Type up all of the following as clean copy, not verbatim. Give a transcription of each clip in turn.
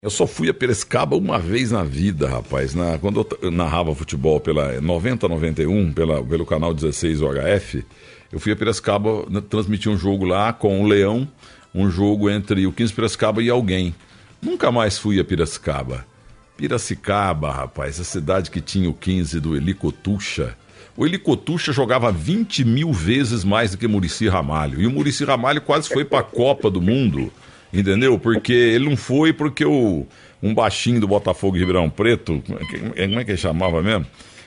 Eu só fui a Piracicaba uma vez na vida, rapaz. Quando eu narrava futebol pela 90-91, pelo canal 16 UHF, eu fui a Piracicaba transmitir um jogo lá com o Leão, um jogo entre o 15 Piracicaba e alguém. Nunca mais fui a Piracicaba. Piracicaba, rapaz, a cidade que tinha o 15 do Eli Cotucha. O Eli Cotucha jogava 20 mil vezes mais do que Muricy Ramalho. E o Muricy Ramalho quase foi para a Copa do Mundo, entendeu? Porque ele não foi porque um baixinho do Botafogo de Ribeirão Preto, como é que ele chamava mesmo?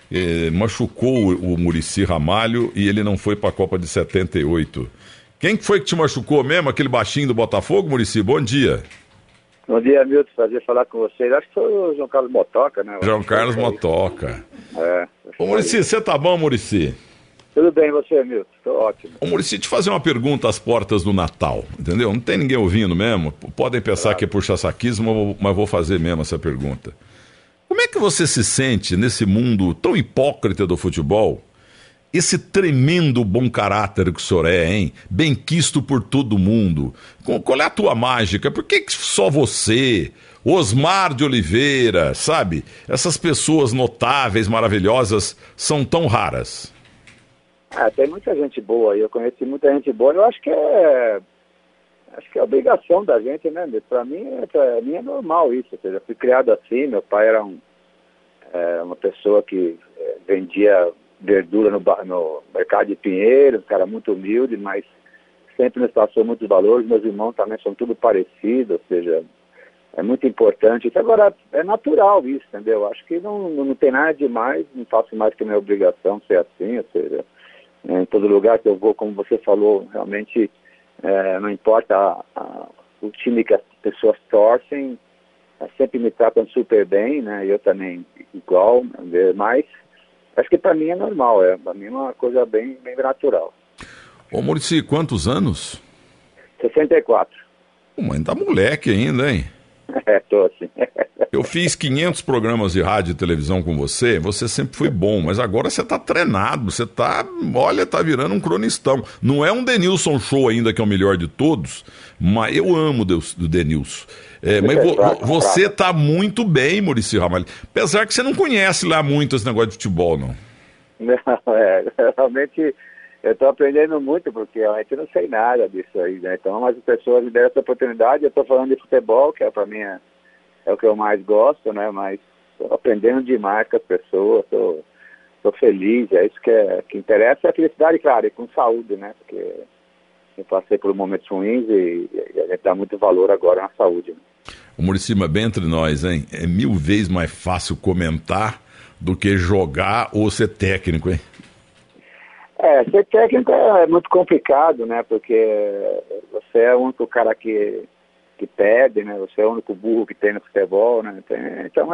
Machucou o Muricy Ramalho e ele não foi para a Copa de 78. Quem foi que te machucou mesmo? Aquele baixinho do Botafogo, Muricy? Bom dia. Bom dia, Milton. Prazer falar com vocês. Acho que foi o João Carlos Motoca, né? João Carlos Motoca. Ô, Muricy, você tá bom, Muricy? Tudo bem, você, Milton? Tô ótimo. Ô, Muricy, te fazer uma pergunta às portas do Natal, entendeu? Não tem ninguém ouvindo mesmo. Podem pensar que é puxa-saquismo, mas vou fazer mesmo essa pergunta. Como é que você se sente nesse mundo tão hipócrita do futebol? Esse tremendo bom caráter que o senhor é, hein? Benquisto por todo mundo. Qual é a tua mágica? Por que só você, Osmar de Oliveira, sabe? Essas pessoas notáveis, maravilhosas, são tão raras? Tem muita gente boa aí. Eu conheci muita gente boa. Eu acho que é obrigação da gente, né? Pra mim é normal isso. Ou seja, eu fui criado assim. Meu pai era uma pessoa que vendia verdura no mercado de Pinheiros, um cara muito humilde, mas sempre nos passou muitos valores. Meus irmãos também são tudo parecidos, ou seja, é muito importante. Então, agora, é natural isso, entendeu? Acho que não tem nada demais, não faço mais que minha obrigação ser assim, ou seja, em todo lugar que eu vou, como você falou, realmente não importa o time que as pessoas torcem, sempre me tratam super bem, né? Eu também igual, mas acho que para mim é normal, para mim é uma coisa bem natural. Ô, Muricy, quantos anos? 64. Mas tá moleque ainda, hein? Tô assim. Eu fiz 500 programas de rádio e televisão com você sempre foi bom, mas agora você tá treinado, você tá virando um cronistão. Não é um Denilson Show ainda, que é o melhor de todos, mas eu amo do Denilson. Mas você tá muito bem, Muricy Ramalho. Apesar que você não conhece lá muito esse negócio de futebol, não. Não, realmente eu tô aprendendo muito, porque a gente não sei nada disso aí, né? Então, as pessoas me deram essa oportunidade. Eu tô falando de futebol, que para mim é o que eu mais gosto, né? Mas tô aprendendo demais com as pessoas, tô feliz, é isso que interessa, é a felicidade, claro, e com saúde, né? Porque eu passei por momentos ruins e a gente dá muito valor agora na saúde, né? O Muricy, mas bem entre nós, hein? É 1000 vezes mais fácil comentar do que jogar ou ser técnico, hein? Ser técnico é muito complicado, né? Porque você é o único cara que perde, né? Você é o único burro que tem no futebol, né? Então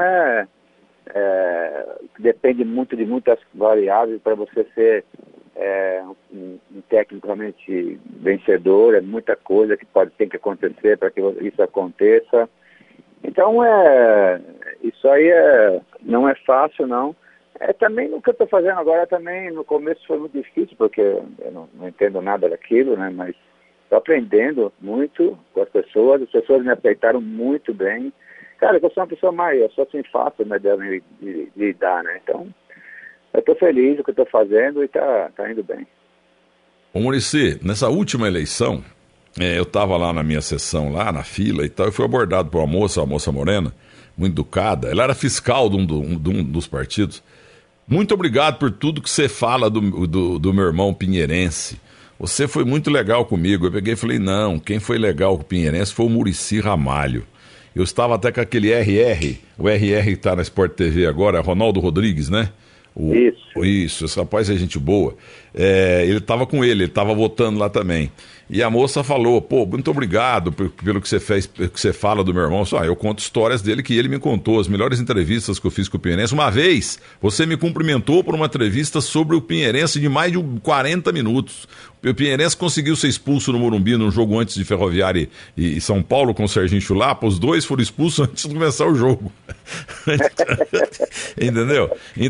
depende muito de muitas variáveis para você ser um técnico realmente vencedor. É muita coisa que tem que acontecer para que isso aconteça. Então isso aí não é fácil, não. Também no que eu estou fazendo agora, também no começo foi muito difícil, porque eu não entendo nada daquilo, né? Mas estou aprendendo muito com as pessoas me aceitaram muito bem. Cara, eu sou uma pessoa eu sou assim fácil, né, de lidar, né? Então, eu estou feliz com o que eu estou fazendo e tá indo bem. Ô, Muricy, nessa última eleição, eu estava lá na minha sessão, lá na fila e tal, e fui abordado por uma moça morena, muito educada. Ela era fiscal de um dos partidos. Muito obrigado por tudo que você fala do meu irmão pinheirense. Você foi muito legal comigo. Eu peguei e falei, não, quem foi legal com o pinheirense foi o Muricy Ramalho. Eu estava até com aquele RR, o RR que está na Sport TV agora, Ronaldo Rodrigues, né? Isso, esse rapaz é gente boa. Ele estava com ele estava votando lá também. E a moça falou, muito obrigado pelo que você fez, que você fala do meu irmão. Eu conto histórias dele que ele me contou, as melhores entrevistas que eu fiz com o Pinheirense. Uma vez, você me cumprimentou por uma entrevista sobre o Pinheirense de mais de 40 minutos. O Pinheirense conseguiu ser expulso no Morumbi num jogo antes de Ferroviária e São Paulo com o Serginho Chulapa. Os dois foram expulsos antes de começar o jogo. Entendeu? Então eu queria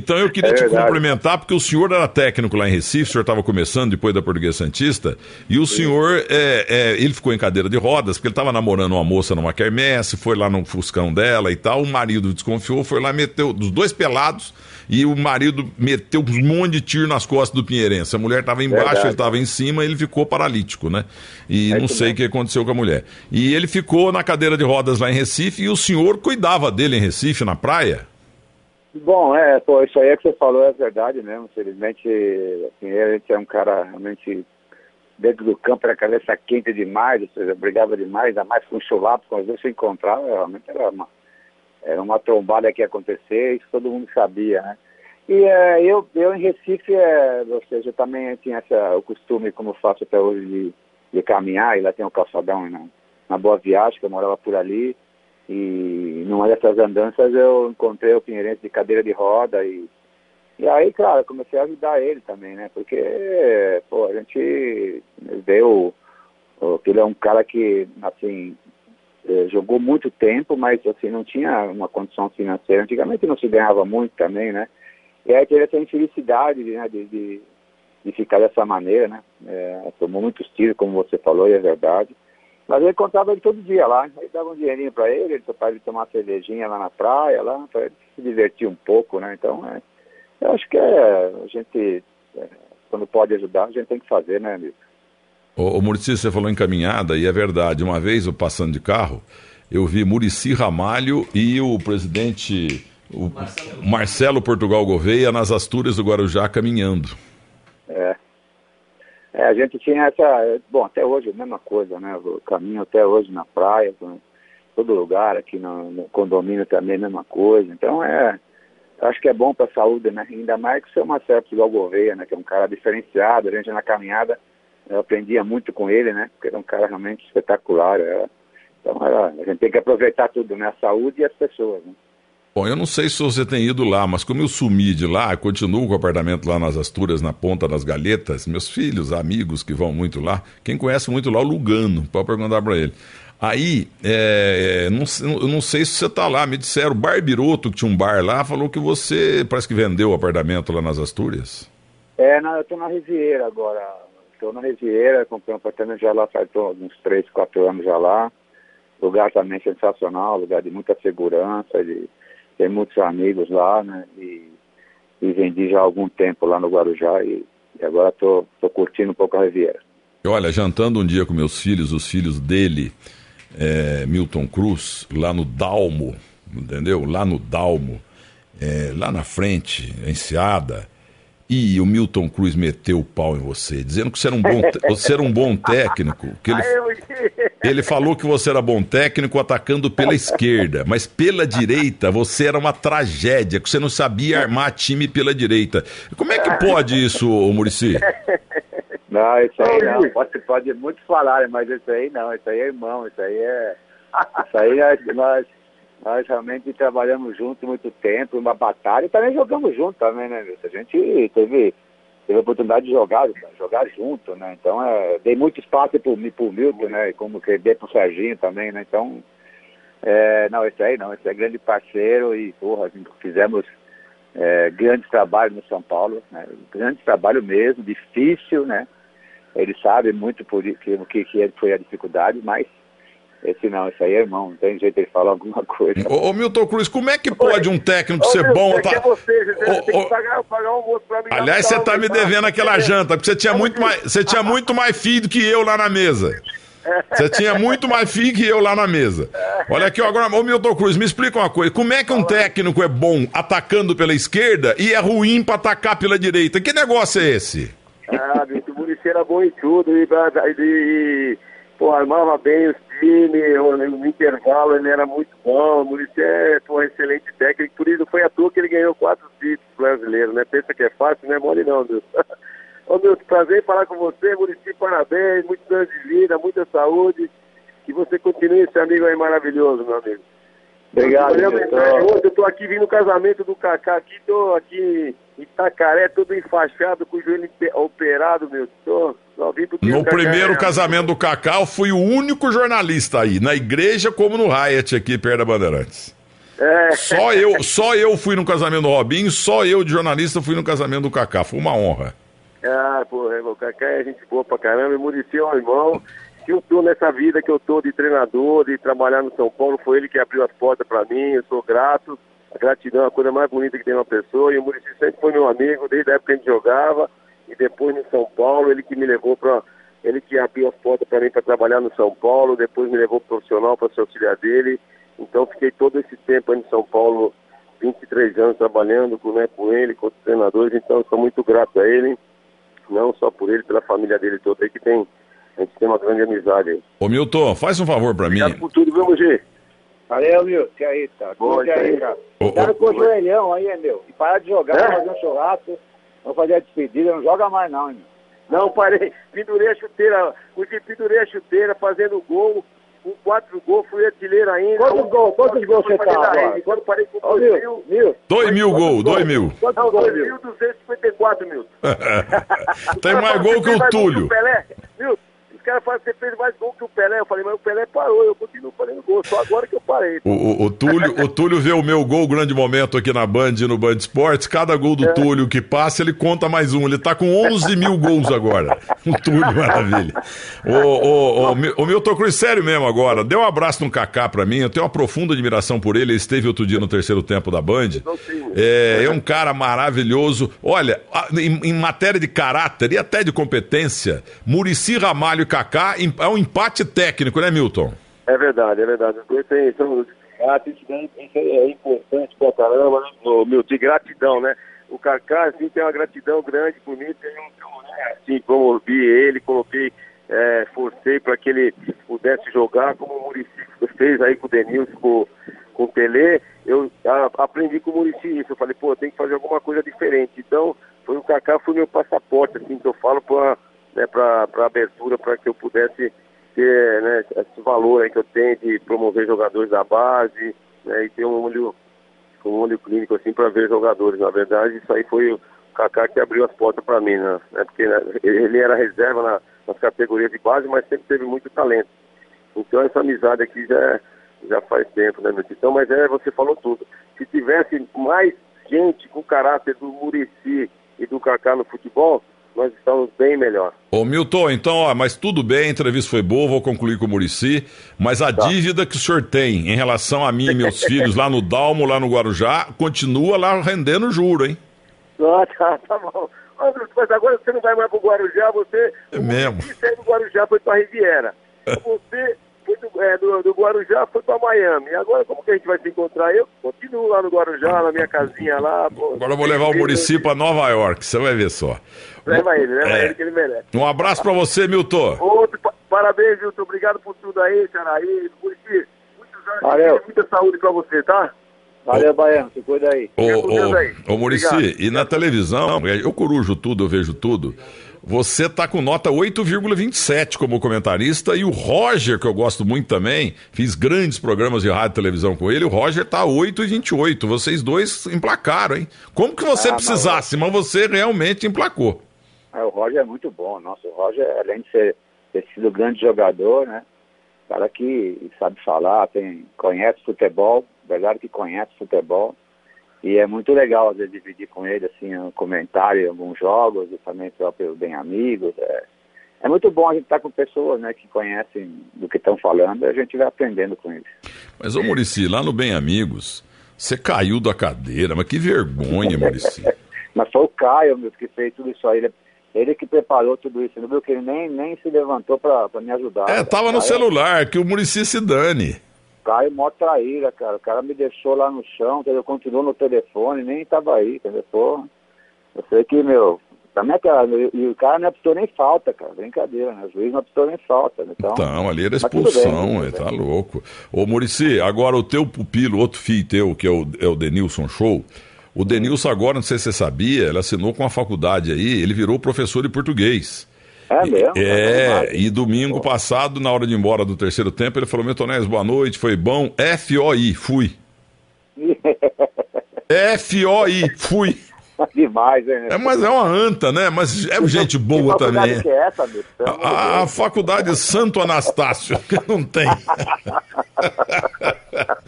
queria te cumprimentar, porque o senhor era técnico lá em Recife, o senhor estava começando depois da Portuguesa Santista, e o senhor, ele ficou em cadeira de rodas, porque ele estava namorando uma moça numa quermesse, foi lá no fuscão dela e tal, o marido desconfiou, foi lá e meteu, dos dois pelados, e o marido meteu um monte de tiro nas costas do pinheirense. A mulher estava embaixo, ele estava em cima, ele ficou paralítico, né? E não sei o que aconteceu com a mulher. E ele ficou na cadeira de rodas lá em Recife, e o senhor cuidava dele em Recife, na praia? Bom, isso aí que você falou é verdade mesmo. Infelizmente, assim, a gente é um cara realmente dentro do campo, era cabeça quente demais, ou seja, brigava demais, ainda mais com o chulapo, quando às vezes se encontrava, realmente era uma trombada que ia acontecer, isso todo mundo sabia, né? E eu em Recife, ou seja, eu também tinha o costume, como eu faço até hoje, de caminhar, e lá tem o calçadão na Boa Viagem, que eu morava por ali, e numa dessas andanças eu encontrei o pinheirense de cadeira de roda, e aí, claro, eu comecei a ajudar ele também, né? Porque, a gente vê que ele é um cara que, assim, jogou muito tempo, mas assim, não tinha uma condição financeira. Antigamente não se ganhava muito também, né? E aí teve essa infelicidade, né, de ficar dessa maneira, né? Tomou muitos tiros, como você falou, e é verdade. Mas eu encontrava ele todo dia lá. Aí dava um dinheirinho para ele tomar uma cervejinha lá na praia, lá, para ele se divertir um pouco, né? Então, eu acho que a gente, quando pode ajudar, a gente tem que fazer, né, amigo? Ô Muricy, você falou em caminhada, e é verdade. Uma vez, eu passando de carro, eu vi Muricy Ramalho e o presidente Marcelo Portugal Gouveia nas Astúrias do Guarujá caminhando. A gente tinha essa... Bom, até hoje é a mesma coisa, né? Eu caminho até hoje na praia, em todo lugar, aqui no condomínio também é a mesma coisa. Então, acho que é bom para a saúde, né? Ainda mais que o seu Marcelo Portugal Gouveia, né? Que é um cara diferenciado, a gente na caminhada... Eu aprendia muito com ele, né? Porque era um cara realmente espetacular. Então, a gente tem que aproveitar tudo, né? A saúde e as pessoas, né? Bom, eu não sei se você tem ido lá, mas como eu sumi de lá, continuo com o apartamento lá nas Astúrias, na Ponta das Galhetas, meus filhos, amigos que vão muito lá, quem conhece muito lá é o Lugano, pode perguntar para ele. Aí, eu não sei se você está lá, me disseram, o Barbiroto, que tinha um bar lá, falou que você parece que vendeu o apartamento lá nas Astúrias. Eu estou na Riviera agora. Estou na Riviera, comprei um apartamento já lá faz uns 3, 4 anos já lá. Lugar também sensacional, lugar de muita segurança, tem muitos amigos lá, né? E vendi já há algum tempo lá no Guarujá e agora estou curtindo um pouco a Riviera. Olha, jantando um dia com meus filhos, os filhos dele, Milton Cruz, lá no Dalmo, entendeu? Lá no Dalmo, lá na frente, Enseada. E o Milton Cruz meteu o pau em você, dizendo que você era um bom técnico. Que ele falou que você era bom técnico atacando pela esquerda, mas pela direita você era uma tragédia, que você não sabia armar time pela direita. Como é que pode isso, Muricy? Não, isso aí não. Pode muito falar, mas isso aí não. Isso aí é irmão, isso aí nós realmente trabalhamos juntos muito tempo, uma batalha, e também jogamos junto também, né? A gente teve a oportunidade de jogar junto, né? Então, dei muito espaço pro Milton, né? Como que dei pro Serginho também, né? Então, não, esse é grande parceiro e, fizemos grandes trabalhos no São Paulo, né? Grande trabalho mesmo, difícil, né? Ele sabe muito por que foi a dificuldade, mas isso aí é irmão, não tem jeito de ele falar alguma coisa. Ô Milton Cruz, como é que pode um técnico ser bom? Tem que pagar o almoço pra mim. Aliás, você tá me devendo aquela janta, porque você tinha muito mais filho do que eu lá na mesa. Você tinha muito mais filho que eu lá na mesa. Olha aqui, agora, ô Milton Cruz, me explica uma coisa. Como é que um técnico é bom atacando pela esquerda e é ruim pra atacar pela direita? Que negócio é esse? O Muricy era bom em tudo armava bem os times, no intervalo ele era muito bom, o Muricy é excelente técnico, por isso foi à toa que ele ganhou 4 títulos brasileiros, né? Pensa que é fácil, não é mole não, Deus. Ô, meu, prazer em falar com você, Muricy, parabéns, muitos anos de vida, muita saúde, que você continue esse amigo aí maravilhoso, meu amigo. Obrigado, eu estou aqui vindo no casamento do Kaká, estou aqui em Itacaré, todo enfaixado, com o joelho operado, meu. No primeiro casamento do Kaká, eu fui o único jornalista aí, na igreja como no Riot aqui perto da Bandeirantes. Só eu fui no casamento do Robinho, só eu de jornalista fui no casamento do Kaká. Foi uma honra. O Kaká é gente boa pra caramba, e Muricy é um irmão. Se eu tô nessa vida que eu tô de treinador, de trabalhar no São Paulo, foi ele que abriu as portas pra mim, eu sou grato. A gratidão é a coisa mais bonita que tem uma pessoa, e o Muricy sempre foi meu amigo, desde a época que a gente jogava, e depois no São Paulo, ele que me levou ele que abriu as portas pra mim pra trabalhar no São Paulo, depois me levou pro profissional pra ser auxiliar dele. Então fiquei todo esse tempo aí em São Paulo, 23 anos trabalhando com ele, com os treinadores, então sou muito grato a ele, não só por ele, pela família dele toda aí, a gente tem uma grande amizade aí. Ô Milton, faz um favor pra mim. Obrigado por tudo, viu, Mugi? Valeu, Milton, que aí, tá? Boa, que aí, cara. Cuidado com o joelhão aí, meu. E para de jogar, fazer um churrasco, vamos fazer a despedida, não joga mais não, meu. Não, parei, pendurei a chuteira, fazendo gol, com 4 gols, fui artilheiro ainda. Quantos gols você tá agora? Quando parei com 2.000. 2.000 gols, 2.000. Não, 2.254, Milton. Tem mais gol que o Túlio. Milton, os caras falam que você fez mais gol que o Pelé. Eu falei, mas o Pelé parou, eu continuo fazendo gol, só agora que eu parei. O Túlio vê o meu gol, grande momento aqui na Band e no Band Esportes. Cada gol do Túlio que passa, ele conta mais um. Ele tá com 11.000 gols agora. O Túlio, maravilha. O Milton Cruz, sério mesmo agora, dê um abraço no Kaká pra mim. Eu tenho uma profunda admiração por ele. Ele esteve outro dia no terceiro tempo da Band. É um cara maravilhoso. Olha, em matéria de caráter e até de competência, Muricy, Ramalho e Kaká é um empate técnico, né, Milton? É verdade. Os dois são isso é importante pra caramba, né? Milton, de gratidão, né? O Kaká, assim, tem uma gratidão grande por mim, assim, promovi ele, coloquei, forcei para que ele pudesse jogar, como o Muricy fez aí com o Denilson, com o Pelé. Eu aprendi com o Muricy isso, eu falei, tem que fazer alguma coisa diferente. Então, o Kaká foi meu passaporte, assim, que eu falo para abertura, para que eu pudesse ter, né, esse valor aí que eu tenho de promover jogadores da base, né, e ter um olho clínico assim para ver jogadores. Na verdade, isso aí foi o Kaká que abriu as portas para mim, né, porque ele era reserva nas categorias de base, mas sempre teve muito talento. Então essa amizade aqui já faz tempo, né, meu tio? Então, mas você falou tudo. Se tivesse mais gente com o caráter do Muricy e do Kaká no futebol, nós estamos bem melhor. Ô Milton, então, mas tudo bem, a entrevista foi boa, vou concluir com o Muricy, mas a dívida que o senhor tem em relação a mim e meus filhos lá no Dalmo, lá no Guarujá, continua lá rendendo juro, hein? Tá bom. Mas agora você não vai mais pro Guarujá, você... É mesmo. Você saiu do Guarujá, foi pra Riviera. Você foi do Guarujá, foi pra Miami. E agora como que a gente vai se encontrar? Eu continuo lá no Guarujá, na minha casinha lá. Agora eu vou levar o Muricy pra Nova York, você vai ver só. Leva ele que ele merece. Um abraço pra você, Milton. Parabéns, Milton. Obrigado por tudo aí, cara. Aí, Muricy, muitos anos. Valeu. Muita saúde pra você, tá? Valeu, Baiano. Se cuida aí. Ô Muricy, e na televisão, eu corujo tudo, eu vejo tudo. Você tá com nota 8,27 como comentarista, e o Roger, que eu gosto muito também, fiz grandes programas de rádio e televisão com ele, o Roger tá 8,28. Vocês dois emplacaram, hein? Como que você precisasse, mas você realmente emplacou. O Roger é muito bom. Nossa, o Roger, além de ter sido grande jogador, né? Cara que sabe falar, conhece futebol, verdade que conhece futebol. E é muito legal, às vezes, dividir com ele, assim, um comentário em alguns jogos, e também próprios bem amigos. É muito bom a gente estar com pessoas, né, que conhecem do que estão falando, e a gente vai aprendendo com eles. Mas, ô Muricy, lá no Bem Amigos, você caiu da cadeira, mas que vergonha, Muricy. Mas foi o Caio, meu, que fez tudo isso aí. Ele que preparou tudo isso, não viu que ele nem se levantou para me ajudar. Tava no celular, que o Muricy se dane. Caio, mó traíra, cara. O cara me deixou lá no chão, entendeu? Continuou no telefone, nem tava aí, entendeu? Pô, eu sei que, meu, também, cara, e o cara não apitou nem falta, cara. Brincadeira, né? O juiz não apitou nem falta, né? Então, ali era expulsão, bem, tá louco. Ô, Muricy, agora o teu pupilo, outro filho teu, que é o Denilson Show, o Denilson agora, não sei se você sabia, ele assinou com a faculdade aí, ele virou professor de português. É mesmo? E domingo passado, na hora de ir embora do terceiro tempo, ele falou: Miltonés, boa noite, foi bom. FOI, fui. FOI, fui. Demais, hein? Mas é uma anta, né? Mas é gente boa também. Que é essa, meu? A faculdade Santo Anastácio, que não tem.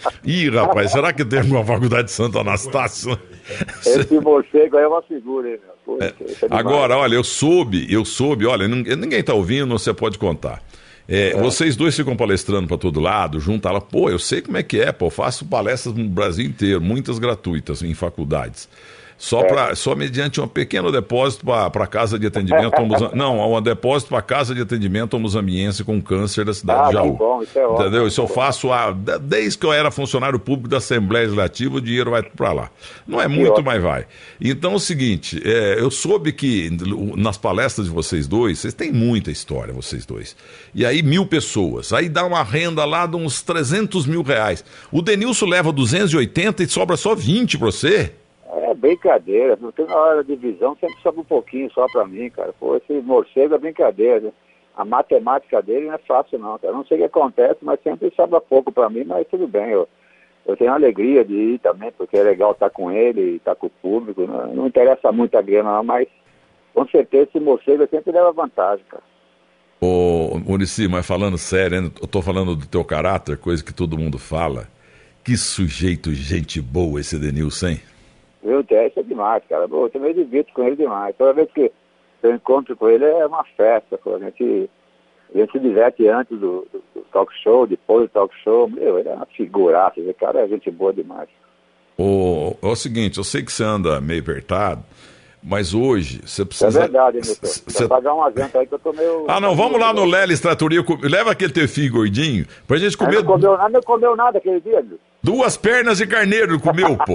Ih, rapaz, será que tem alguma faculdade de Santo Anastácio? Esse morcego aí é uma figura, hein, meu? Pô, Agora, olha, eu soube, olha, ninguém está ouvindo, você pode contar. Vocês dois ficam palestrando para todo lado, juntam lá, pô, eu sei como é que é, pô, eu faço palestras no Brasil inteiro, muitas gratuitas em faculdades. Só mediante um pequeno depósito para casa de atendimento um depósito para casa de atendimento homosambiense com câncer da cidade de Jaú. Bom, isso é ótimo. Entendeu? Isso eu faço desde que eu era funcionário público da Assembleia Legislativa, o dinheiro vai para lá. Não é muito, mas vai. Então é o seguinte, eu soube que nas palestras de vocês dois, vocês têm muita história, vocês dois. E aí 1.000 pessoas, aí dá uma renda lá de uns 300 mil reais. O Denilson leva 280 e sobra só 20 para você? É brincadeira, não tem na hora de divisão, sempre sobe um pouquinho só pra mim, cara. Pô, esse morcego é brincadeira, né? A matemática dele não é fácil não, cara. Não sei o que acontece, mas sempre sobra pouco pra mim, mas tudo bem. Eu tenho a alegria de ir também, porque é legal estar com ele, estar com o público. Não interessa muito a grana não, mas com certeza esse morcego sempre leva vantagem, cara. Ô, Muricy, mas falando sério, hein? Eu tô falando do teu caráter, coisa que todo mundo fala. Que sujeito, gente boa esse Denilson, hein? Isso é demais, cara. Eu também divirto com ele demais. Toda vez que eu encontro com ele é uma festa. Pô. A gente se diverte antes do talk show, depois do talk show. Meu, ele é uma figuraça. Esse cara é gente boa demais. É o seguinte, eu sei que você anda meio apertado, mas hoje você precisa... É verdade, hein, doutor? Você pagar um agente aí que eu tô meio... não, vamos lá no Lelis Tratoria, leva aquele teu filho gordinho pra gente comer... Não comeu nada aquele dia, viu? 2 pernas de carneiro comeu, pô.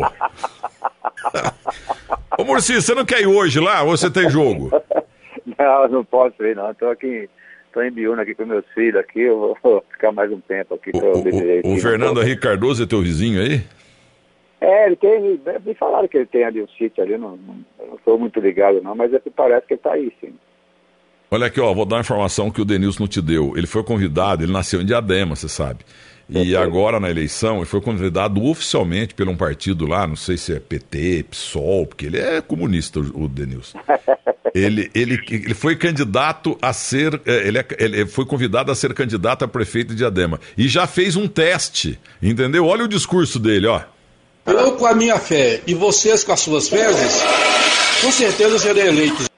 Ô, Muricy, você não quer ir hoje lá ou você tem jogo? Não posso ir, não. Tô em Biúna aqui com meus filhos aqui, eu vou ficar mais um tempo aqui. O Fernando Henrique Cardoso é teu vizinho aí? Ele tem, me falaram que ele tem ali um sítio ali, eu não estou muito ligado não, mas parece que ele tá aí, sim. Olha aqui, vou dar uma informação que o Denilson não te deu. Ele foi convidado, ele nasceu em Diadema, você sabe. E agora na eleição ele foi convidado oficialmente por um partido lá, não sei se é PT, PSOL, porque ele é comunista, o Denilson. Ele foi candidato a ser, ele foi convidado a ser candidato a prefeito de Diadema. E já fez um teste, entendeu? Olha o discurso dele, ó. Eu com a minha fé e vocês com as suas fezes, com certeza serei eleito.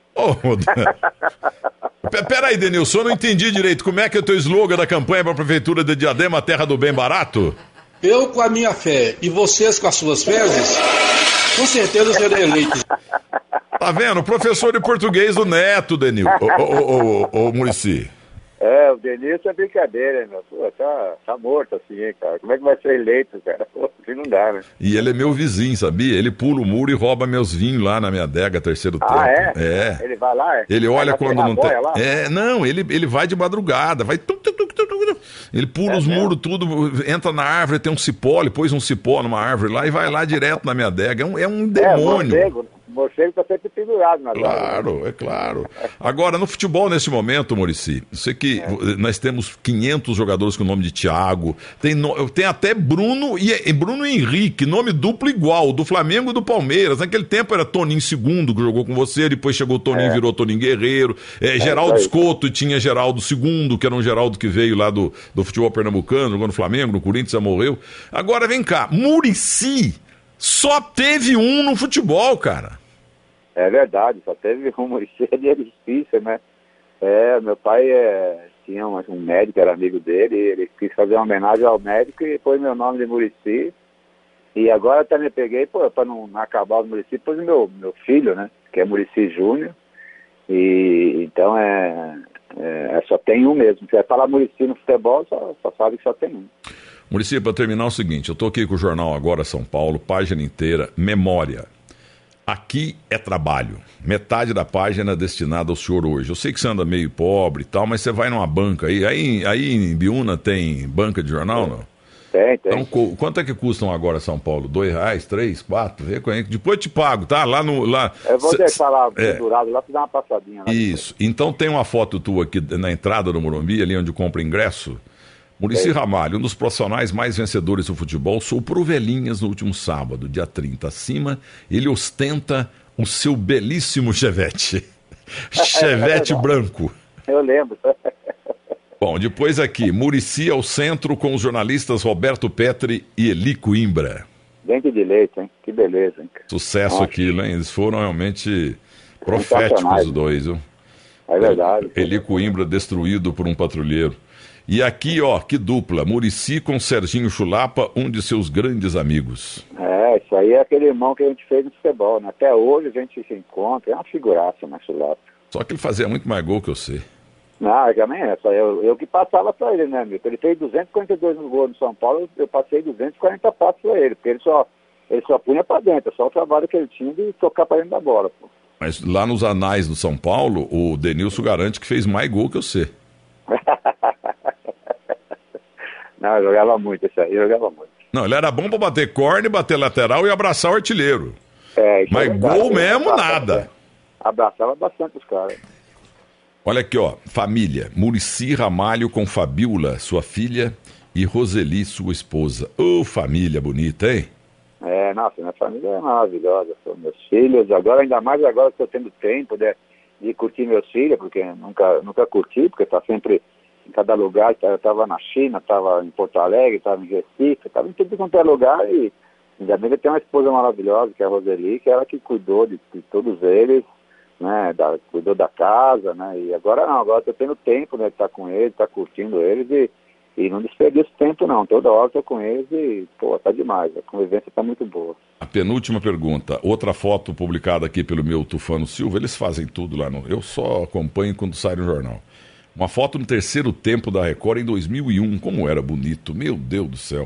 Peraí, Denilson, eu não entendi direito. Como é que é o teu slogan da campanha para a Prefeitura de Diadema, a terra do bem barato? Eu com a minha fé e vocês com as suas fezes, com certeza serei eleito. Tá vendo? Professor de português do Neto, Denilson. Ô, Muricy. O Denilson é brincadeira, hein, meu? Pô, tá morto assim, hein, cara. Como é que vai ser eleito, cara? Pô, assim não dá, né? E ele é meu vizinho, sabia? Ele pula o muro e rouba meus vinhos lá na minha adega, terceiro tempo. É? Ele vai lá? Ele olha quando não tem... Lá? Não, ele vai de madrugada, vai... Ele pula os muros, tudo, entra na árvore, tem um cipó, ele pôs um cipó numa árvore lá e vai lá direto na minha adega. É um demônio. Você está sempre pendurado na Claro, é claro. Agora, no futebol, nesse momento, Muricy, eu sei que nós temos 500 jogadores com o nome de Thiago, tem até Bruno e Henrique, nome duplo igual, do Flamengo e do Palmeiras. Naquele tempo era Toninho II, que jogou com você, depois chegou o Toninho e virou Toninho Guerreiro. Geraldo Scotto, tinha Geraldo II, que era um Geraldo que veio lá do futebol pernambucano, jogou no Flamengo, no Corinthians, já morreu. Agora, vem cá, Muricy só teve um no futebol, cara. É verdade, só teve um Muricy, ele é difícil, né? Meu pai tinha um médico, era amigo dele, ele quis fazer uma homenagem ao médico e pôs meu nome de Muricy. E agora eu também peguei, para não acabar o Muricy, pôs o meu filho, né? Que é Muricy Júnior. E então só tem um mesmo. Se vai falar Muricy no futebol, só sabe que só tem um. Muricy, para terminar é o seguinte, eu estou aqui com o jornal Agora São Paulo, página inteira, memória. Aqui é trabalho. Metade da página é destinada ao senhor hoje. Eu sei que você anda meio pobre e tal, mas você vai numa banca aí. Aí em Biúna tem banca de jornal, não? Tem. Então, quanto é que custam agora São Paulo? R$2, R$3, R$4? Vê com aí. Depois eu te pago, tá? Eu vou deixar lá pendurado lá pra dar uma passadinha. Lá isso. Depois. Então tem uma foto tua aqui na entrada do Morumbi, ali onde compra ingresso. Muricy Ramalho, um dos profissionais mais vencedores do futebol, soprou velhinhas no último sábado, dia 30. Acima, ele ostenta o seu belíssimo Chevette. Chevette branco. Eu lembro. Bom, depois aqui, Muricy ao centro com os jornalistas Roberto Petri e Eli Coimbra. Dente de leite, hein? Que beleza, hein? Sucesso Nossa. aquilo, hein? Eles foram realmente proféticos os dois, viu? É verdade. Eli Coimbra destruído por um patrulheiro. E aqui, ó, que dupla, Muricy com Serginho Chulapa, um de seus grandes amigos. Isso aí é aquele irmão que a gente fez no futebol, né? Até hoje a gente se encontra, é uma figuraça, né, Chulapa? Só que ele fazia muito mais gol que você. Não, também é, só eu que passava pra ele, né, meu? Ele fez 242 gols no São Paulo, eu passei 240 passos pra ele, porque ele só punha pra dentro, só o trabalho que ele tinha de tocar pra dentro da bola, pô. Mas lá nos anais do São Paulo, o Denilson garante que fez mais gol que você. Não, eu jogava muito isso aí, eu jogava muito. Não, ele era bom pra bater corne, bater lateral e abraçar o artilheiro. Isso mas é verdade, gol mesmo, nada. Abraçava bastante os caras. Olha aqui, ó, família. Muricy Ramalho com Fabiola, sua filha, e Roseli, sua esposa. Ô, família bonita, hein? Nossa, minha família é maravilhosa. São meus filhos, agora, ainda mais agora que estou tendo tempo de curtir meus filhos, porque nunca curti, porque tá sempre em cada lugar. Eu estava na China, estava em Porto Alegre, estava em Recife, estava em tudo quanto é lugar, e ainda bem que eu tenho uma esposa maravilhosa, que é a Roseli, que é ela que cuidou de todos eles, né, cuidou da casa, né, e agora não, agora estou tendo tempo, né, de estar com eles, estar curtindo eles, e não desperdiço tempo não, toda hora estou com eles e, pô, tá demais, a convivência tá muito boa. A penúltima pergunta, outra foto publicada aqui pelo meu Tufano Silva, eles fazem tudo lá, eu só acompanho quando sai no jornal. Uma foto no terceiro tempo da Record em 2001, como era bonito, meu Deus do céu.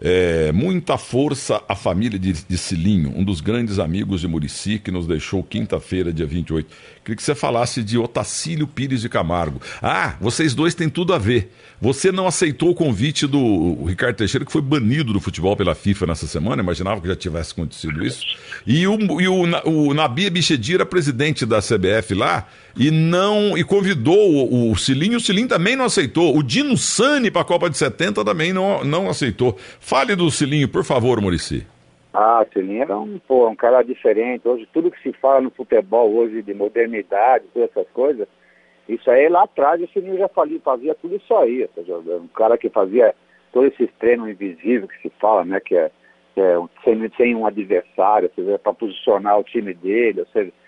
Muita força à família de Cilinho, um dos grandes amigos de Muricy, que nos deixou quinta-feira, dia 28. Queria que você falasse de Otacílio Pires de Camargo. Vocês dois têm tudo a ver. Você não aceitou o convite do Ricardo Teixeira, que foi banido do futebol pela FIFA nessa semana, imaginava que já tivesse acontecido isso. E o Nabi Bichedi era presidente da CBF lá, e convidou o Cilinho também não aceitou. O Dino Sani para a Copa de 70 também não aceitou. Fale do Cilinho, por favor, Muricy. O Cilinho era um cara diferente. Hoje, tudo que se fala no futebol hoje de modernidade, todas essas coisas, isso aí lá atrás o Cilinho já fazia tudo isso aí. Ou seja, um cara que fazia todos esses treinos invisíveis que se fala, né, que é sem um adversário, ou seja, para posicionar o time dele, ou seja,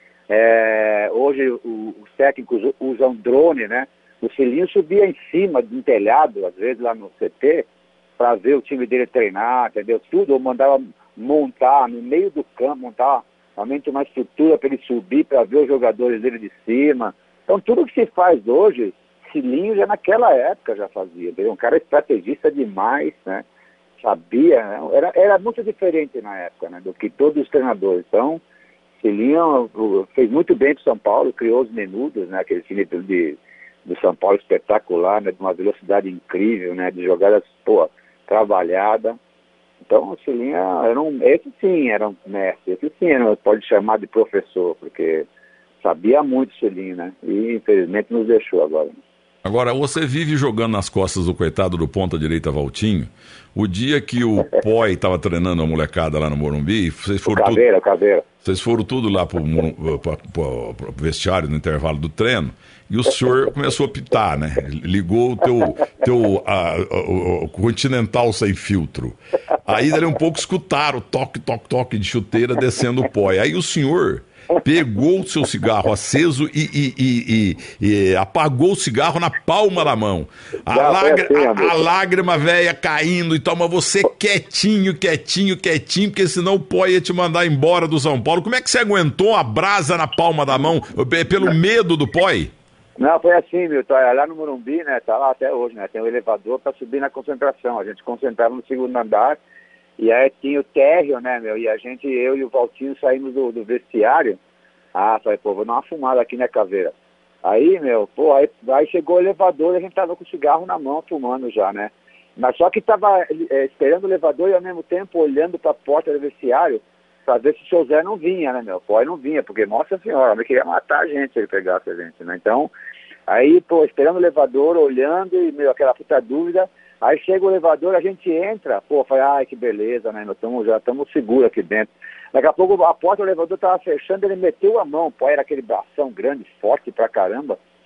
hoje os técnicos usam drone, né? O Cilinho subia em cima de um telhado, às vezes lá no CT, para ver o time dele treinar, entendeu? Tudo, ou mandava montar no meio do campo, montar realmente uma estrutura para ele subir, para ver os jogadores dele de cima. Então tudo que se faz hoje, Cilinho já naquela época já fazia, entendeu? Um cara estrategista demais, né? Sabia, né? Era muito diferente na época, né? Do que todos os treinadores. Então, Cilinho fez muito bem para o São Paulo, criou os menudos, né? Aquele time do São Paulo espetacular, né? De uma velocidade incrível, né? De jogadas, trabalhada. Então, o Cilinho esse sim era um mestre, esse sim pode chamar de professor, porque sabia muito o Cilinho, né? E infelizmente nos deixou agora. Agora, você vive jogando nas costas do coitado do ponta direita Valtinho. O dia que o Poi estava treinando a molecada lá no Morumbi, vocês foram Caveira. Vocês foram tudo lá pro vestiário no intervalo do treino, e o senhor começou a pitar, né? Ligou o teu Continental sem filtro. Aí dali um pouco escutaram toque de chuteira descendo o Poi. Aí o senhor pegou o seu cigarro aceso e apagou o cigarro na palma da mão. A lágrima velha caindo e tal, mas você quietinho, porque senão o Poi ia te mandar embora do São Paulo. Como é que você aguentou a brasa na palma da mão? Pelo medo do Poi? Não, foi assim, Milton. Lá no Morumbi, né? Tá lá até hoje, né? Tem um elevador para subir na concentração. A gente concentrava no segundo andar. E aí tinha o térreo, né, meu? E eu e o Valtinho saímos do vestiário. Falei, vou dar uma fumada aqui, né, Caveira? Aí, meu, aí chegou o elevador e a gente tava com o cigarro na mão, fumando já, né? Mas só que tava esperando o elevador e ao mesmo tempo olhando para a porta do vestiário para ver se o seu Zé não vinha, né, meu? Aí não vinha, porque, nossa senhora, ele queria matar a gente se ele pegasse a gente, né? Então, aí, esperando o elevador, olhando e, meu, aquela puta dúvida. Aí chega o elevador, a gente entra, falei, que beleza, né? Já estamos seguros aqui dentro. Daqui a pouco a porta do elevador estava fechando, ele meteu a mão, era aquele bração grande, forte pra caramba.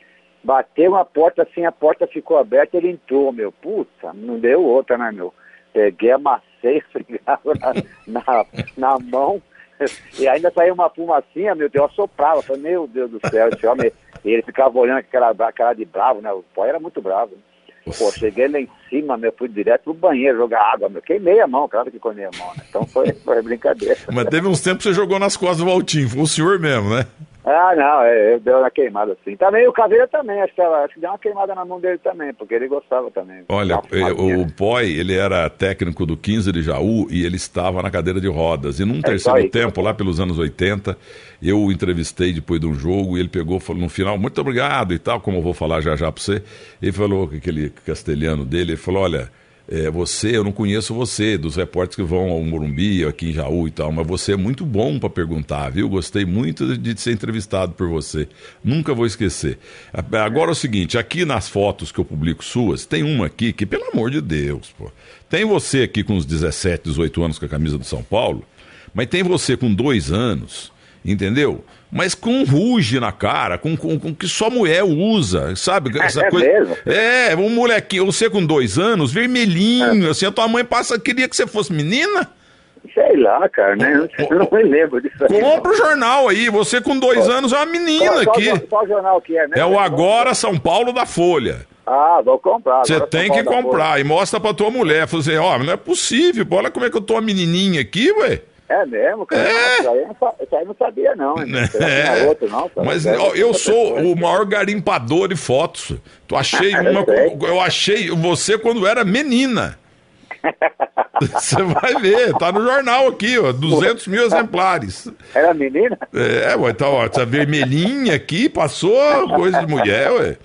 bateu uma porta assim, a porta ficou aberta, ele entrou, meu. Puta, não deu outra, né, meu? Peguei, amassei o cigarro na mão, e ainda saiu uma fumacinha, meu Deus, eu soprava. Falei, meu Deus do céu, esse homem... E ele ficava olhando com aquela cara de bravo, né? O Pó era muito bravo. Pô, cheguei lá em cima, meu, fui direto pro banheiro jogar água, meu. Queimei a mão, claro que queimei a mão, né? Então foi brincadeira. Mas teve uns tempos que você jogou nas costas do Valtinho, foi o senhor mesmo, né? Ah, não, eu deu uma queimada assim. Também o Caveira também, acho que deu uma queimada na mão dele também, porque ele gostava também. Olha, o Poi, ele era técnico do 15 de Jaú e ele estava na cadeira de rodas. E num terceiro tempo, lá pelos anos 80, eu o entrevistei depois de um jogo e ele pegou, falou no final, muito obrigado e tal, como eu vou falar já para você. Ele falou com aquele castelhano dele, ele falou, olha... eu não conheço você, dos repórteres que vão ao Morumbi, aqui em Jaú e tal, mas você é muito bom para perguntar, viu? Gostei muito de ser entrevistado por você. Nunca vou esquecer. Agora é o seguinte, aqui nas fotos que eu publico suas, tem uma aqui que, pelo amor de Deus, pô, tem você aqui com uns 17, 18 anos com a camisa do São Paulo, mas tem você com 2 anos, entendeu? Mas com um ruge na cara, com que só mulher usa, sabe? Essa coisa. Mesmo? Um molequinho, você com 2 anos, vermelhinho, assim, a tua mãe queria que você fosse menina? Sei lá, cara, né? Eu não me lembro disso aí. Compra o jornal aí, você com 2 anos é uma menina aqui. Qual jornal que é, né? É o Agora São Paulo da Folha. Ah, vou comprar. Você tem que comprar e mostra pra tua mulher. Fala assim, ó, não é possível, olha como é que eu tô uma menininha aqui, ué. É mesmo, cara? Isso aí eu não sabia, não. Outro, não, mas eu sou o maior garimpador de fotos. Eu achei você quando era menina. Você vai ver, tá no jornal aqui, ó, 200 mil exemplares. Era menina? Então, ó, essa vermelhinha aqui passou coisa de mulher, ué.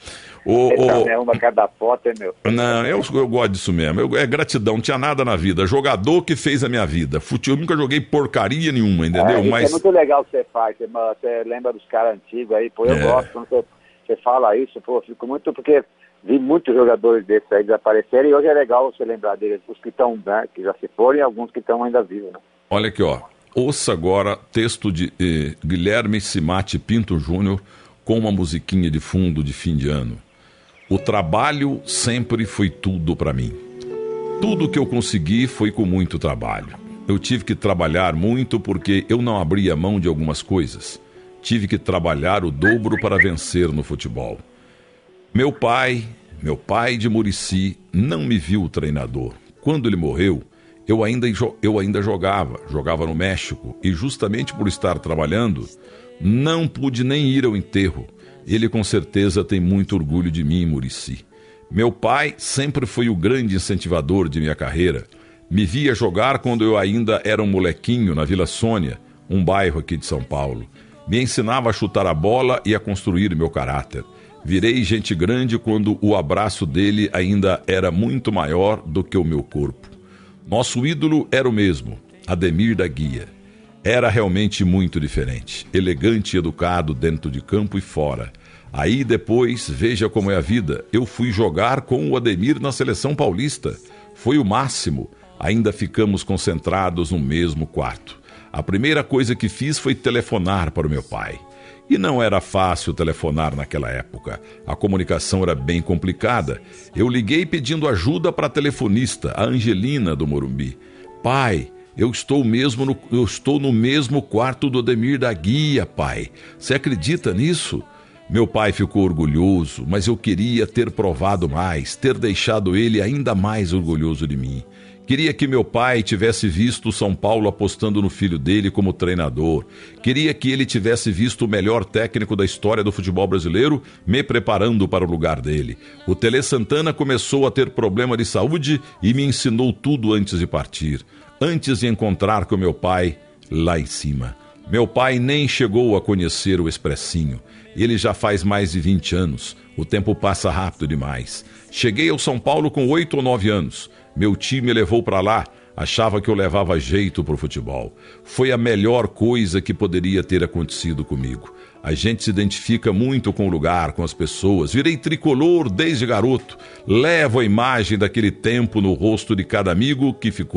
Uma cada foto, meu. Não, eu gosto disso mesmo. É gratidão, não tinha nada na vida. Jogador que fez a minha vida. Eu nunca joguei porcaria nenhuma, entendeu? Mas é muito legal o que você faz. Você lembra dos caras antigos aí, pô. Eu gosto quando você fala isso, pô. Fico muito, porque vi muitos jogadores desses aí desaparecerem e hoje é legal você lembrar deles. Os que estão, né, que já se foram e alguns que estão ainda vivos, né? Olha aqui, ó. Ouça agora texto de Guilherme Cimati Pinto Júnior com uma musiquinha de fundo de fim de ano. O trabalho sempre foi tudo para mim. Tudo que eu consegui foi com muito trabalho. Eu tive que trabalhar muito porque eu não abria mão de algumas coisas. Tive que trabalhar o dobro para vencer no futebol. Meu pai de Murici, não me viu treinador. Quando ele morreu, eu ainda jogava no México e justamente por estar trabalhando, não pude nem ir ao enterro. Ele com certeza tem muito orgulho de mim, Murici. Meu pai sempre foi o grande incentivador de minha carreira. Me via jogar quando eu ainda era um molequinho na Vila Sônia, um bairro aqui de São Paulo. Me ensinava a chutar a bola e a construir meu caráter. Virei gente grande quando o abraço dele ainda era muito maior do que o meu corpo. Nosso ídolo era o mesmo, Ademir da Guia. Era realmente muito diferente, elegante e educado dentro de campo e fora. Aí depois, veja como é a vida, eu fui jogar com o Ademir na seleção paulista. Foi o máximo, ainda ficamos concentrados no mesmo quarto. A primeira coisa que fiz foi telefonar para o meu pai. E não era fácil telefonar naquela época. A comunicação era bem complicada. Eu liguei pedindo ajuda para a telefonista, a Angelina do Morumbi. Pai, eu estou no mesmo quarto do Ademir da Guia, pai. Você acredita nisso? Meu pai ficou orgulhoso, mas eu queria ter provado mais, ter deixado ele ainda mais orgulhoso de mim. Queria que meu pai tivesse visto o São Paulo apostando no filho dele como treinador. Queria que ele tivesse visto o melhor técnico da história do futebol brasileiro me preparando para o lugar dele. O Tele Santana começou a ter problema de saúde e me ensinou tudo antes de partir. Antes de encontrar com meu pai lá em cima. Meu pai nem chegou a conhecer o Expressinho. Ele já faz mais de 20 anos. O tempo passa rápido demais. Cheguei ao São Paulo com 8 ou 9 anos. Meu tio me levou para lá. Achava que eu levava jeito pro futebol. Foi a melhor coisa que poderia ter acontecido comigo. A gente se identifica muito com o lugar, com as pessoas. Virei tricolor desde garoto. Levo a imagem daquele tempo no rosto de cada amigo que ficou.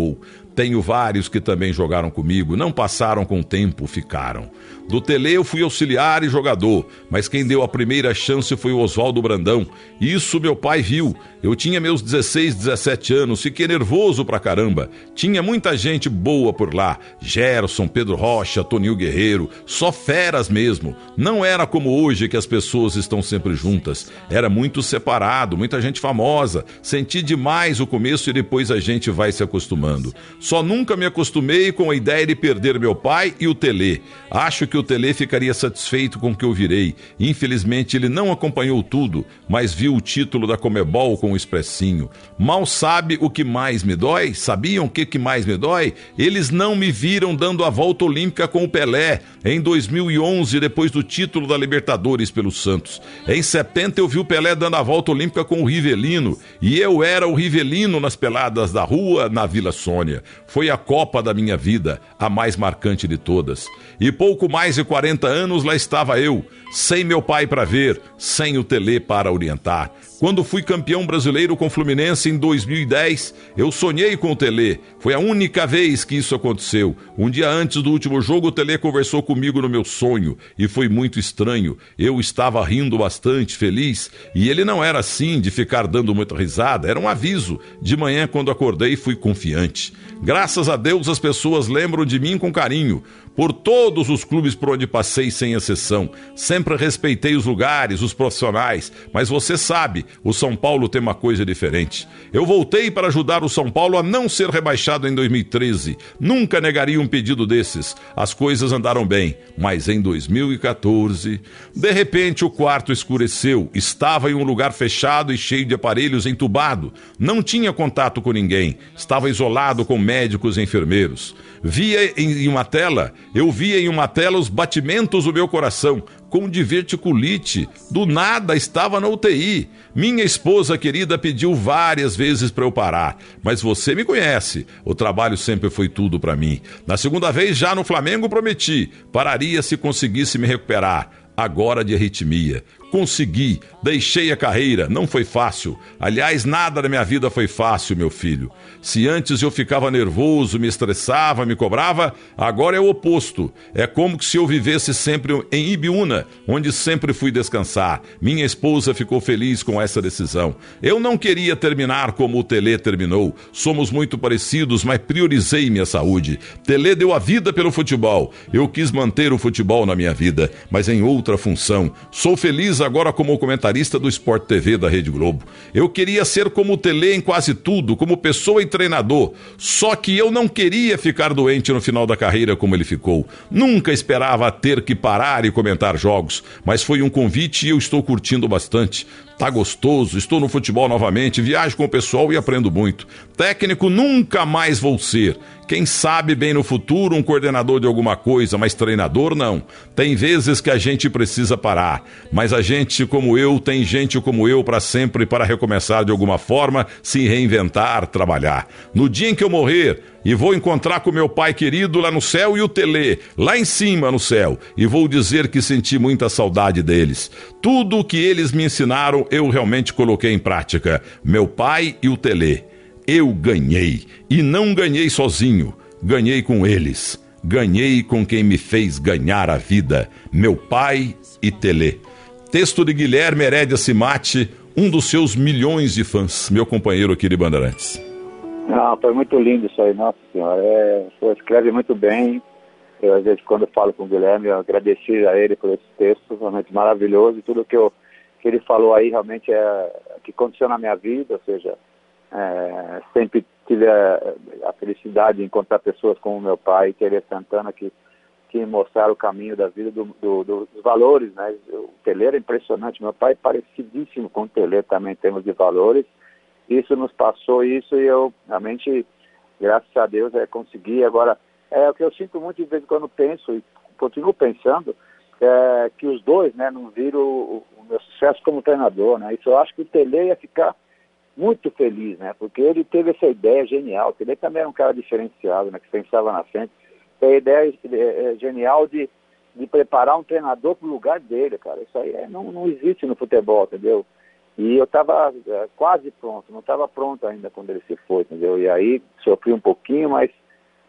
Tenho vários que também jogaram comigo, não passaram com o tempo, ficaram. Do Tele eu fui auxiliar e jogador, mas quem deu a primeira chance foi o Oswaldo Brandão. Isso meu pai viu. Eu tinha meus 16, 17 anos, fiquei nervoso pra caramba. Tinha muita gente boa por lá. Gerson, Pedro Rocha, Toninho Guerreiro, só feras mesmo. Não era como hoje que as pessoas estão sempre juntas. Era muito separado, muita gente famosa. Senti demais o começo e depois a gente vai se acostumando. Só nunca me acostumei com a ideia de perder meu pai e o Tele. Acho que o Tele ficaria satisfeito com o que eu virei. Infelizmente ele não acompanhou tudo, mas viu o título da Comebol com o Expressinho. Mal sabe o que mais me dói? Sabiam o que mais me dói? Eles não me viram dando a volta olímpica com o Pelé em 2011, depois do título da Libertadores pelo Santos. Em 70 eu vi o Pelé dando a volta olímpica com o Rivelino, e eu era o Rivelino nas peladas da rua na Vila Sônia. Foi a Copa da minha vida, a mais marcante de todas. E pouco mais de 40 anos lá estava eu, sem meu pai para ver, sem o Tele para orientar. Quando fui campeão brasileiro com o Fluminense em 2010, eu sonhei com o Tele. Foi a única vez que isso aconteceu. Um dia antes do último jogo, o Tele conversou comigo no meu sonho e foi muito estranho. Eu estava rindo bastante, feliz, e ele não era assim de ficar dando muita risada, era um aviso. De manhã, quando acordei, fui confiante. Graças a Deus, as pessoas lembram de mim com carinho. Por todos os clubes por onde passei, sem exceção. Sempre respeitei os lugares, os profissionais, mas você sabe, o São Paulo tem uma coisa diferente. Eu voltei para ajudar o São Paulo a não ser rebaixado em 2013. Nunca negaria um pedido desses. As coisas andaram bem, mas em 2014, de repente o quarto escureceu. Estava em um lugar fechado e cheio de aparelhos, entubado. Não tinha contato com ninguém. Estava isolado com médicos e enfermeiros. Eu via em uma tela os batimentos do meu coração, com diverticulite. Do nada estava na UTI. Minha esposa querida pediu várias vezes para eu parar, mas você me conhece, o trabalho sempre foi tudo para mim. Na segunda vez, já no Flamengo, prometi, pararia se conseguisse me recuperar. Agora de arritmia. Consegui, deixei a carreira, não foi fácil. Aliás, nada na minha vida foi fácil, meu filho. Se antes eu ficava nervoso, me estressava, me cobrava, agora é o oposto. É como se eu vivesse sempre em Ibiúna, onde sempre fui descansar. Minha esposa ficou feliz com essa decisão. Eu não queria terminar como o Tele terminou. Somos muito parecidos, mas priorizei minha saúde. Tele deu a vida pelo futebol. Eu quis manter o futebol na minha vida, mas em outra função. Sou feliz agora como comentarista do Sport TV da Rede Globo. Eu queria ser como o Tele em quase tudo, como pessoa e treinador. Só que eu não queria ficar doente no final da carreira como ele ficou. Nunca esperava ter que parar e comentar jogos, mas foi um convite e eu estou curtindo bastante. Tá gostoso, estou no futebol novamente, viajo com o pessoal e aprendo muito. Técnico nunca mais vou ser. Quem sabe bem no futuro um coordenador de alguma coisa, mas treinador não. Tem vezes que a gente precisa parar, mas a gente como eu, tem gente como eu para sempre, para recomeçar de alguma forma, se reinventar, trabalhar. No dia em que eu morrer, e vou encontrar com meu pai querido lá no céu e o Tele, lá em cima no céu, e vou dizer que senti muita saudade deles. Tudo o que eles me ensinaram, eu realmente coloquei em prática. Meu pai e o Tele. Eu ganhei, e não ganhei sozinho, ganhei com eles. Ganhei com quem me fez ganhar a vida, meu pai e Tele. Texto de Guilherme Herédia Cimatti, um dos seus milhões de fãs, meu companheiro aqui de Bandeirantes. Não, foi muito lindo isso aí, nossa senhora. Você escreve muito bem. Eu, às vezes, quando eu falo com o Guilherme, eu agradeci a ele por esse texto, realmente maravilhoso. E tudo que ele falou aí realmente é que aconteceu na minha vida, ou seja, sempre tive a felicidade de encontrar pessoas como meu pai e Tele Santana que mostraram o caminho da vida, dos valores, né? O Tele era impressionante. Meu pai é parecidíssimo com o Tele também em termos de valores. Isso nos passou isso e eu realmente, graças a Deus, consegui. Agora, o que eu sinto muito de vez em quando penso, e continuo pensando, que os dois, né, não viram o meu sucesso como treinador, né? Isso eu acho que o Tele ia ficar muito feliz, né? Porque ele teve essa ideia genial. O Tele também era um cara diferenciado, né? Que pensava na frente. Tem a ideia genial de preparar um treinador para o lugar dele, cara. Isso aí não existe no futebol, entendeu? E eu estava quase pronto, não estava pronto ainda quando ele se foi, entendeu? E aí sofri um pouquinho, mas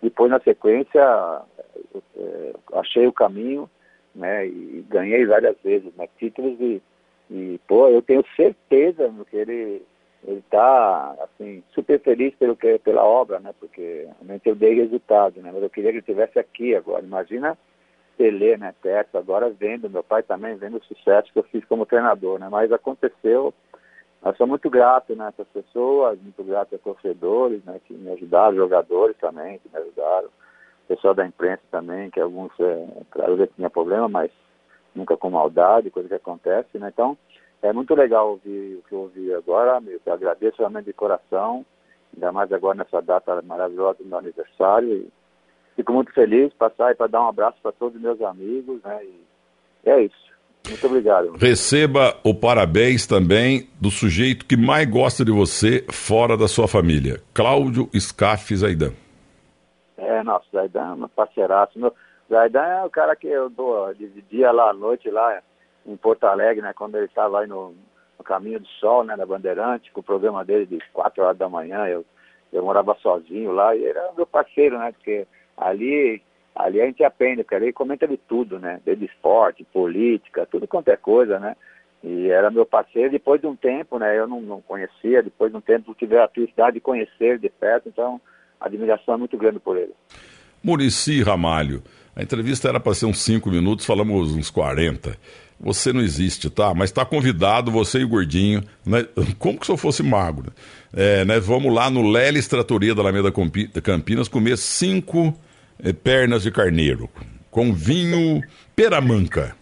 depois na sequência achei o caminho, né, e ganhei várias vezes, né, títulos e pô, eu tenho certeza que ele está assim, super feliz pela obra, né, porque realmente eu dei resultado, né, mas eu queria que ele estivesse aqui agora. Imagina Pelé, né, perto, agora vendo, meu pai também vendo o sucesso que eu fiz como treinador, né, mas aconteceu. Eu sou muito grato, né, a essas pessoas, muito grato a torcedores, né, que me ajudaram, jogadores também que me ajudaram, pessoal da imprensa também, que alguns, claro, já tinha problema, mas nunca com maldade, coisa que acontece, né, então é muito legal ouvir o que eu ouvi agora, eu agradeço realmente de coração, ainda mais agora nessa data maravilhosa do meu aniversário, e fico muito feliz passar para dar um abraço para todos os meus amigos, né, e é isso. Muito obrigado. Receba o parabéns também do sujeito que mais gosta de você fora da sua família, Cláudio Scaff Zaidan. Nossa, Zaidan é um parceiraço. Zaidan é o cara que eu dividia lá à noite, lá em Porto Alegre, né, quando ele estava aí no Caminho do Sol, né, na Bandeirante, com o programa dele de 4 horas da manhã, eu morava sozinho lá, e ele era meu parceiro, né, porque ali a gente aprende, porque ali comenta de tudo, né, desde esporte, política, tudo quanto é coisa, né, e era meu parceiro. Depois de um tempo, né, eu não conhecia, depois de um tempo tive a felicidade de conhecer de perto, então a admiração é muito grande por ele. Muricy Ramalho, a entrevista era para ser uns 5 minutos, falamos uns 40. Você não existe, tá? Mas está convidado, você e o Gordinho, né? Como que se eu fosse magro? Né? Vamos lá no Lelis Tratoria da Alameda Campinas comer 5 pernas de carneiro, com vinho Peramanca.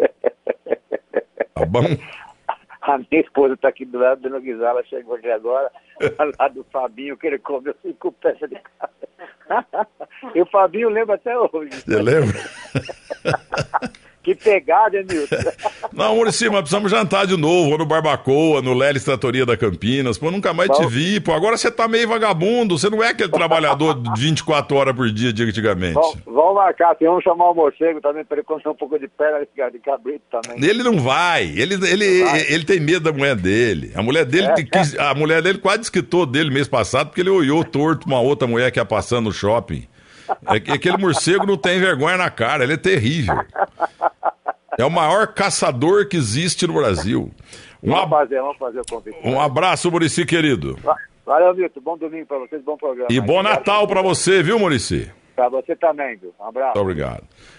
Tá bom? A minha esposa está aqui do lado, dando guisala, chegou aqui agora, lá do Fabinho, que ele comeu 5 peças de carne. E o Fabinho lembra até hoje. Você lembra? Que pegada, hein, Milton? Não, Muricy, mas precisamos jantar de novo, ou no Barbacoa, no Lelis Tratoria da Campinas. Pô, nunca mais te vi, pô. Agora você tá meio vagabundo, você não é aquele trabalhador de 24 horas por dia de antigamente. Vamos marcar, assim, vamos chamar o morcego também, para ele comer um pouco de perna de cabrito também. Ele não vai, ele tem medo da mulher dele. A mulher dele quase desquitou dele mês passado, porque ele olhou torto uma outra mulher que ia passando no shopping. Aquele morcego não tem vergonha na cara, ele é terrível. É o maior caçador que existe no Brasil. Vamos fazer o convite. Um abraço, Muricy, querido. Valeu, Milton. Bom domingo para vocês, bom programa. E bom Natal para você, viu, Muricy? Para você também, viu? Um abraço. Muito obrigado.